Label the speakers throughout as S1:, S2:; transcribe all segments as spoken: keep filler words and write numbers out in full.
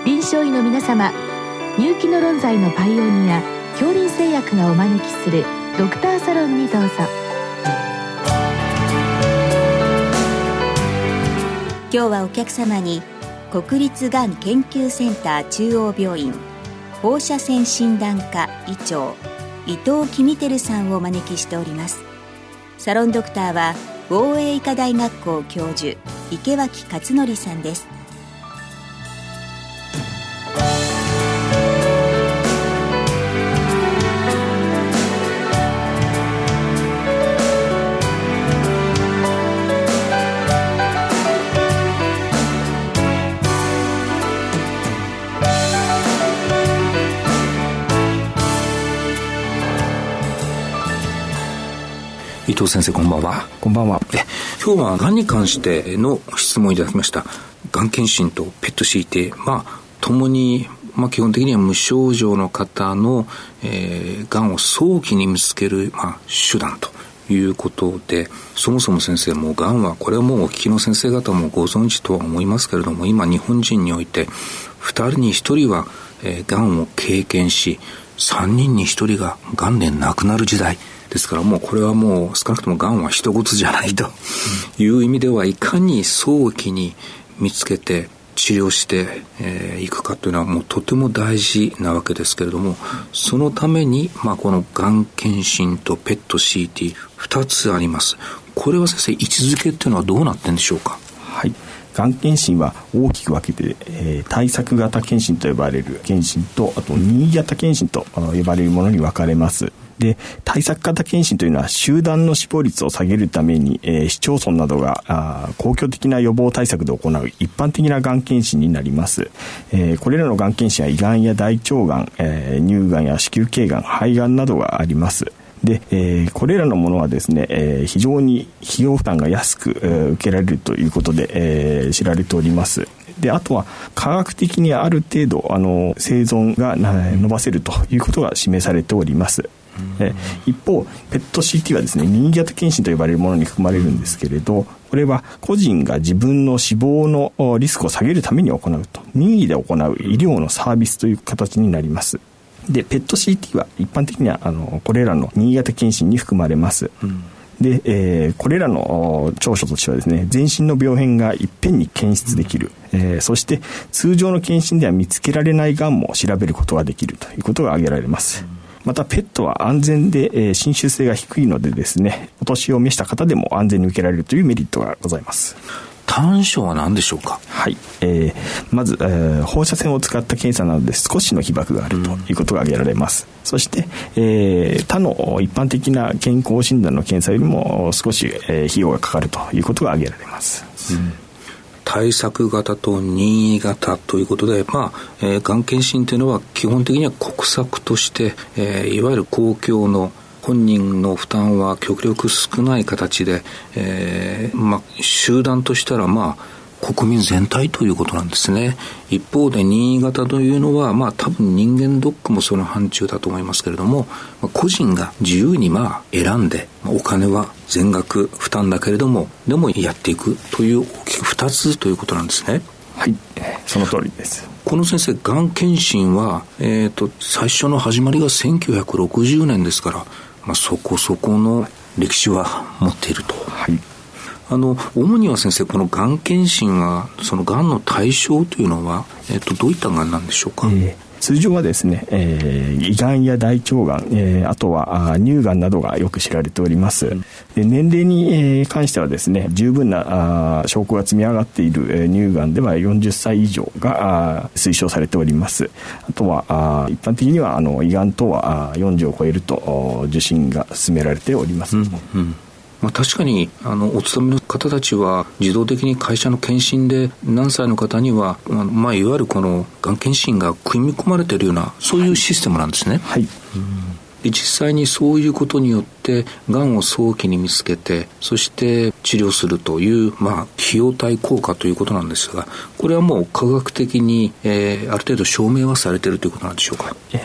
S1: 臨床医の皆様、入気の論剤のパイオニア恐林製薬がお招きするドクターサロンにどうぞ。
S2: 今日はお客様に国立がん研究センター中央病院放射線診断科医長伊藤公輝さんをお招きしております。サロンドクターは防衛医科大学校教授池脇勝則さんです。
S3: 伊藤先生、こんばんは。
S4: こんばんは。
S3: え今日はがんに関しての質問をいただきました。がん検診とペット シーティー、まあともに、まあ、基本的には無症状の方の、えー、がんを早期に見つける、まあ、手段ということで、そもそも先生もがんはこれはもうお聞きの先生方もご存知とは思いますけれども、今日本人においてふたりにひとりは、えー、がんを経験し、さんにんにひとりががんで亡くなる時代ですから、もうこれはもう少なくともがんは一事じゃないという意味では、いかに早期に見つけて治療してい、えー、くかというのはもうとても大事なわけですけれども、そのために、まあ、このがん検診とペット シーティーふたつあります。これは先生、位置づけっていうのはどうなってるんでしょうか。
S4: はい、がん検診は大きく分けて、えー、対策型検診と呼ばれる検診と、あと任意型検診と呼ばれるものに分かれます。で、対策型検診というのは集団の死亡率を下げるために、えー、市町村などがあ公共的な予防対策で行う一般的ながん検診になります。えー、これらのがん検診は胃がんや大腸がん、えー、乳がんや子宮頸がん、肺がんなどがあります。で、えー、これらのものはですね、えー、非常に費用負担が安く、えー、受けられるということで、えー、知られております。で、あとは科学的にある程度あの生存が伸ばせるということが示されております。え一方、ペット シーティー はですね、任意型検診と呼ばれるものに含まれるんですけれど、これは個人が自分の死亡のリスクを下げるために行うと、任意で行う医療のサービスという形になります。で、ペット シーティー は一般的にはあのこれらの任意型検診に含まれます。うんで、えー、これらの長所としてはですね、全身の病変がいっぺんに検出できる、えー、そして通常の検診では見つけられないがんも調べることができるということが挙げられます。またペットは安全で、えー、侵襲性が低いのでですね、お年を召した方でも安全に受けられるというメリットがございます。
S3: 短所は何でしょうか。
S4: はい、えー、まず、えー、放射線を使った検査などで少しの被曝があるということが挙げられます。うん、そして、えー、他の一般的な健康診断の検査よりも少し、えー、費用がかかるということが挙げられます。うん、
S3: 対策型と任意型ということで、まあえー、がん検診というのは基本的には国策として、えー、いわゆる公共の本人の負担は極力少ない形で、えーまあ、集団としたら、まあ、国民全体ということなんですね。一方で任意型というのは、まあ、多分人間ドックもその範疇だと思いますけれども、まあ、個人が自由にまあ選んで、まあ、お金は全額負担だけれどもでもやっていくという大きくふたつということなんですね。
S4: はい、その通りです。
S3: この先生、がん検診は、えーと、最初の始まりがせんきゅうひゃくろくじゅうねんですから、まあ、そこそこの歴史は持っていると。はい、あの主には先生、このがん検診はそのがんの対象というのは、えーと、どういったがんなんでしょうか。
S4: えー通常はですね、えー、胃がんや大腸がん、えー、あとは乳がんなどがよく知られております。で、年齢に、えー、関してはですね、十分なあ証拠が積み上がっている、えー、乳がんではよんじゅっさい以上が推奨されております。あとはあ一般的にはあの胃がん等はよんじゅうを超えると受診が勧められております。うんうん、
S3: まあ、確かにあのお勤めの方たちは自動的に会社の検診で何歳の方には、まあ、いわゆるこのがん検診が組み込まれているようなそういうシステムなんですね。はい、うん、で実際にそういうことによってがんを早期に見つけてそして治療するという、まあ、費用対効果ということなんですが、これはもう科学的に、えー、ある程度証明はされているということなんでしょうか。
S4: え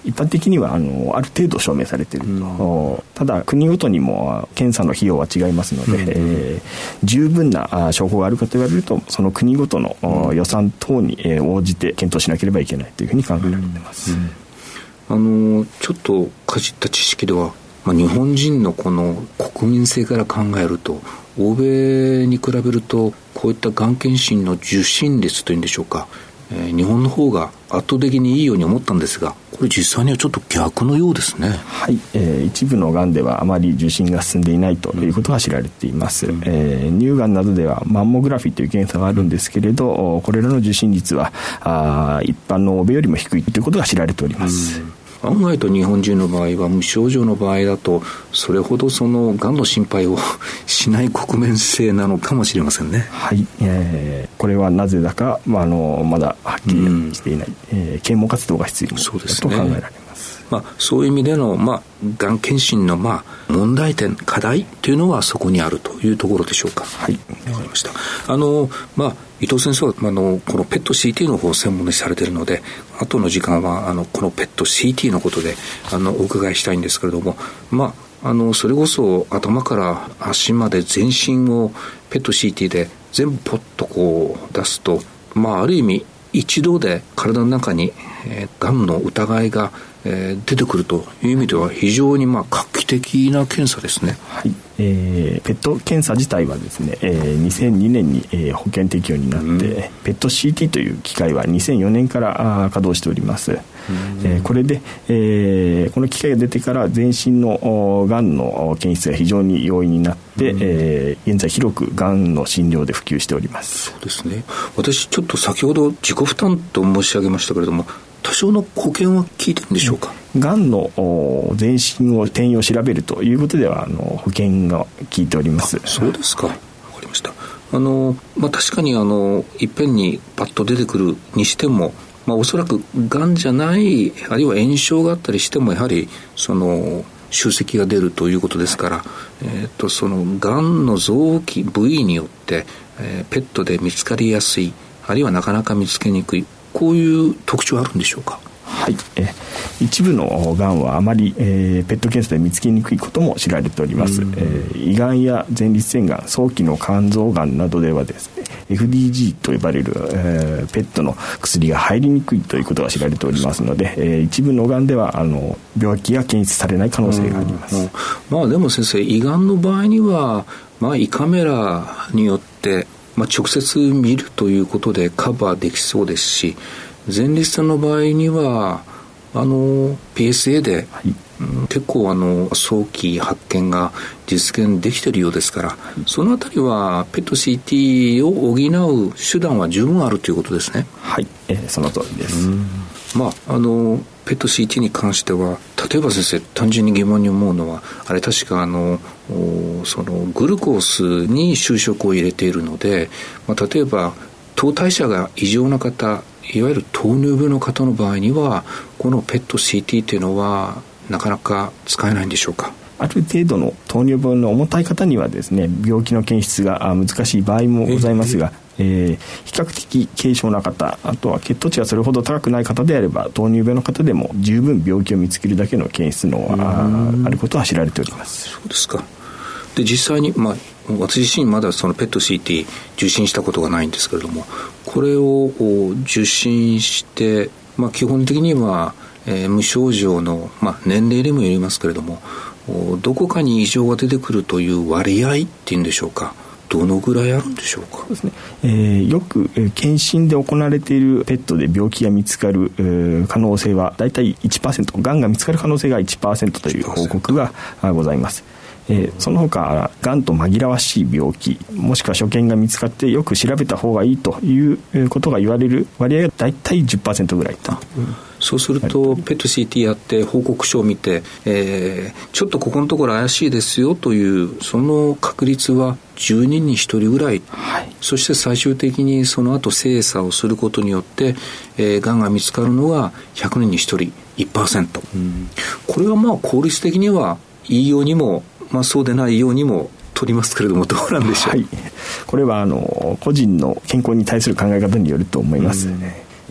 S4: 一般的にはあのある程度証明されていると、うん、ただ国ごとにも検査の費用は違いますので、うんえー、十分な証拠があるかと言われるとその国ごとの、うん、予算等に応じて検討しなければいけないというふうに考えられています、うん
S3: うん、あのちょっとかじった知識では、まあ、日本人のこの国民性から考えると欧米に比べるとこういったがん検診の受診率というんでしょうか、えー、日本の方が圧倒的にいいように思ったんですが、これ実際にはちょっと逆のようですね。
S4: はい、えー、一部のがんではあまり受診が進んでいないということが知られています、うんえー、乳がんなどではマンモグラフィーという検査があるんですけれど、これらの受診率はあ一般の欧米よりも低いということが知られております、うん
S3: 案外と日本人の場合は無症状の場合だとそれほどそのがんの心配をしない国民性なのかもしれませんね。
S4: はい、えー、これはなぜだか、まあ、あのまだはっきりしていない、うんえー、啓蒙活動が必要だと考えられます。
S3: まあ、そういう意味での、まあ、がん検診の、まあ、問題点課題というのはそこにあるというところでしょうか。
S4: はい、
S3: わかりました。あの、まあ、伊藤先生はあのこのペット シーティー の方を専門にされているので、後の時間はあのこのペット シーティー のことであのお伺いしたいんですけれども、まあ、あのそれこそ頭から足まで全身をペット シーティー で全部ポッとこう出すと、まあ、ある意味一度で体の中に、えー、がんの疑いが、えー、出てくるという意味では非常にまあ画期的な検査ですね。
S4: はい、えー、ペット検査自体はですね、えー、にせんにねんに、えー、保険適用になって、うん、ペット シーティー という機械はにせんよねんからあ稼働しております、うんえー、これで、えー、この機械が出てから全身のがんの検出が非常に容易になって、うんえー、現在広くがんの診療で普及しております。
S3: そうですね。私ちょっと先ほど自己負担と申し上げましたけれども、多少の保険は効いてるんでしょうか。
S4: がんの全身を転移を調べるということではあの保険が効いております。
S3: そうですか。わかりました。あの、まあ、確かにあのいっぺんにパッと出てくるにしても、まあ、おそらくがんじゃないあるいは炎症があったりしてもやはりその集積が出るということですから、はいえー、とそのがんの臓器部位によって、えー、ペットで見つかりやすいあるいはなかなか見つけにくいこういう特徴あるんでしょうか。
S4: はい、え一部のがんはあまり、えー、ペット検査で見つけにくいことも知られております、えー、胃がんや前立腺がん早期の肝臓がんなどではですね エフディージー と呼ばれる、えー、ペットの薬が入りにくいということが知られておりますので、えー、一部のがんではあの病気が検出されない可能性があります。うんうん
S3: まあ、でも先生胃がんの場合には、まあ、胃カメラによってまあ、直接見るということでカバーできそうですし、前立腺の場合にはあの ピーエスエー で、はいうん、結構あの早期発見が実現できているようですから、はい、そのあたりはペット シーティー を補う手段は十分あるということですね。
S4: はい、えー、その通りです。うん
S3: まあ、あのペット シーティー に関しては例えば先生単純に疑問に思うのはあれ確かあのそのグルコースに収縮を入れているので、まあ、例えば糖代謝が異常な方いわゆる糖尿病の方の場合にはこのペット シーティー というのはなかなか使えないんでしょうか。
S4: ある程度の糖尿病の重たい方にはですね病気の検出が難しい場合もございますが、えー、比較的軽症な方あとは血糖値がそれほど高くない方であれば糖尿病の方でも十分病気を見つけるだけの検出のあることは知られております。
S3: そうですか。で実際に、まあ、私自身まだそのペット シーティー 受診したことがないんですけれどもこれを受診して、まあ、基本的には、えー、無症状の、まあ、年齢でもよりますけれどもどこかに異常が出てくるという割合っていうんでしょうかどのぐらいあるんでしょうか。
S4: そうですね、えー、よく、えー、検診で行われているペットで病気が見つかる、えー、可能性はだいたい いちパーセント がんが見つかる可能性が いちパーセント という報告がございます。えー、その他がんと紛らわしい病気もしくは所見が見つかってよく調べた方がいいということが言われる割合がだいたい じゅっパーセント ぐらいと、うん
S3: そうするとペット シーティー やって報告書を見て、えー、ちょっとここのところ怪しいですよというその確率はじゅうにんにひとりぐらい、はい、そして最終的にその後精査をすることによって、えー、がんが見つかるのはひゃくにんにひとり いちパーセント、うん、これはまあ効率的にはいいようにも、まあ、そうでないようにも取りますけれどもどうなんでしょう。
S4: はい、これはあの個人の健康に対する考え方によると思います、うんえ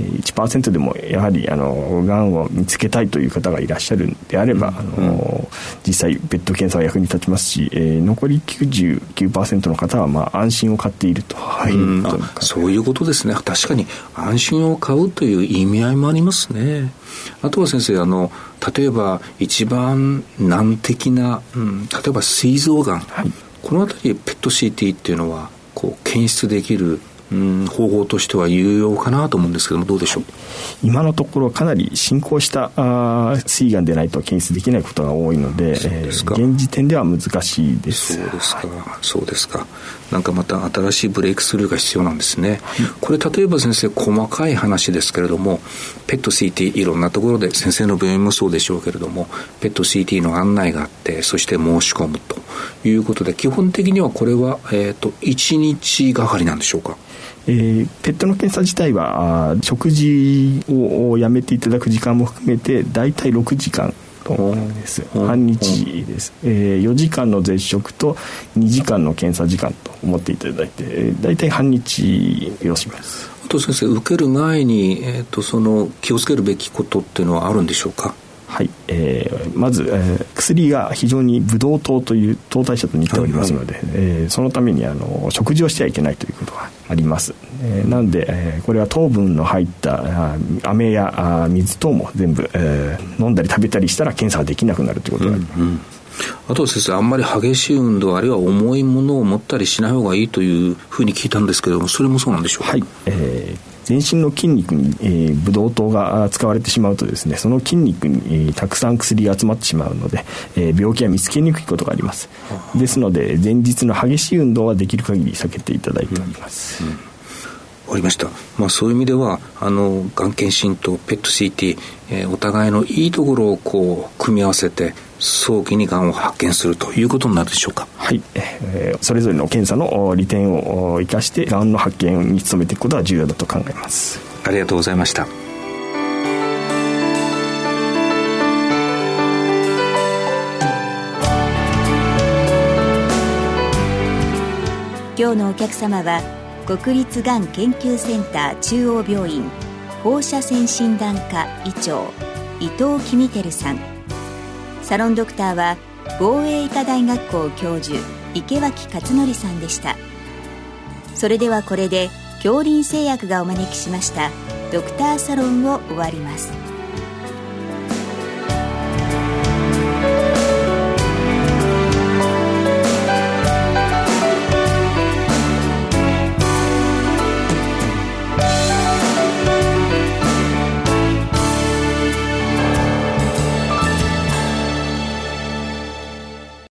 S4: いちパーセント でもやはりあのがんを見つけたいという方がいらっしゃるんであれば、あの実際ベッド検査は役に立ちますし、えー、残り きゅうじゅうきゅうパーセント の方はまあ安心を買っていると、はい、
S3: うんそういうことですね。確かに安心を買うという意味合いもありますね。あとは先生、あの例えば一番難的な、うん、例えば膵臓がん、はい、このあたりペット シーティー っていうのはこう検出できるうん、方法としては有用かなと思うんですけども、どうでしょう。
S4: 今のところかなり進行した膵がんでないと検出できないことが多いので、えー、現時点では難しいです。
S3: そうですか、はい、そうですか。なんかまた新しいブレイクスルーが必要なんですね、はい、これ例えば先生、細かい話ですけれども、ペット シーティー いろんなところで先生の病院もそうでしょうけれども、ペット シーティー の案内があって、そして申し込むということで、基本的にはこれは、えーと、いちにちがかりなんでしょうか。
S4: えー、ペットの検査自体は食事をやめていただく時間も含めてだいたいろくじかんとです。半日です、えー、よじかんの絶食とにじかんの検査時間と思っていただいて、だいたい半日要します。
S3: あと先生、受ける前に、えーと、その気をつけるべきことっていうのはあるんでしょうか。
S4: はい、えー、まず、えー、薬が非常にブドウ糖という糖代謝と似ておりますので、はいはい、えー、そのためにあの食事をしてはいけないということがあります、えー、なので、えー、これは糖分の入った飴や水等も全部、えー、飲んだり食べたりしたら検査ができなくなるということがあります、うんうん。
S3: あと先生、あんまり激しい運動、あるいは重いものを持ったりしない方がいいというふうに聞いたんですけれども、それもそうなんでしょうか。
S4: はい、えー全身の筋肉に、えー、ブドウ糖が使われてしまうとですね、その筋肉に、えー、たくさん薬が集まってしまうので、えー、病気は見つけにくいことがあります。ですので前日の激しい運動はできる限り避けていただいております、うんうん、
S3: わかりました。まあ、そういう意味ではあのがん検診とペット シーティー、えー、お互いのいいところをこう組み合わせて早期にがんを発見するということになるでしょうか。
S4: はい、えー、それぞれの検査の利点を生かしてがんの発見に努めていくことが重要だと考えます。
S3: ありがとうございました。
S2: 今日のお客様は国立がん研究センター中央病院放射線診断科医長伊藤公輝さん、サロンドクターは防衛医科大学校教授池脇勝則さんでした。それではこれで京林製薬がお招きしましたドクターサロンを終わります。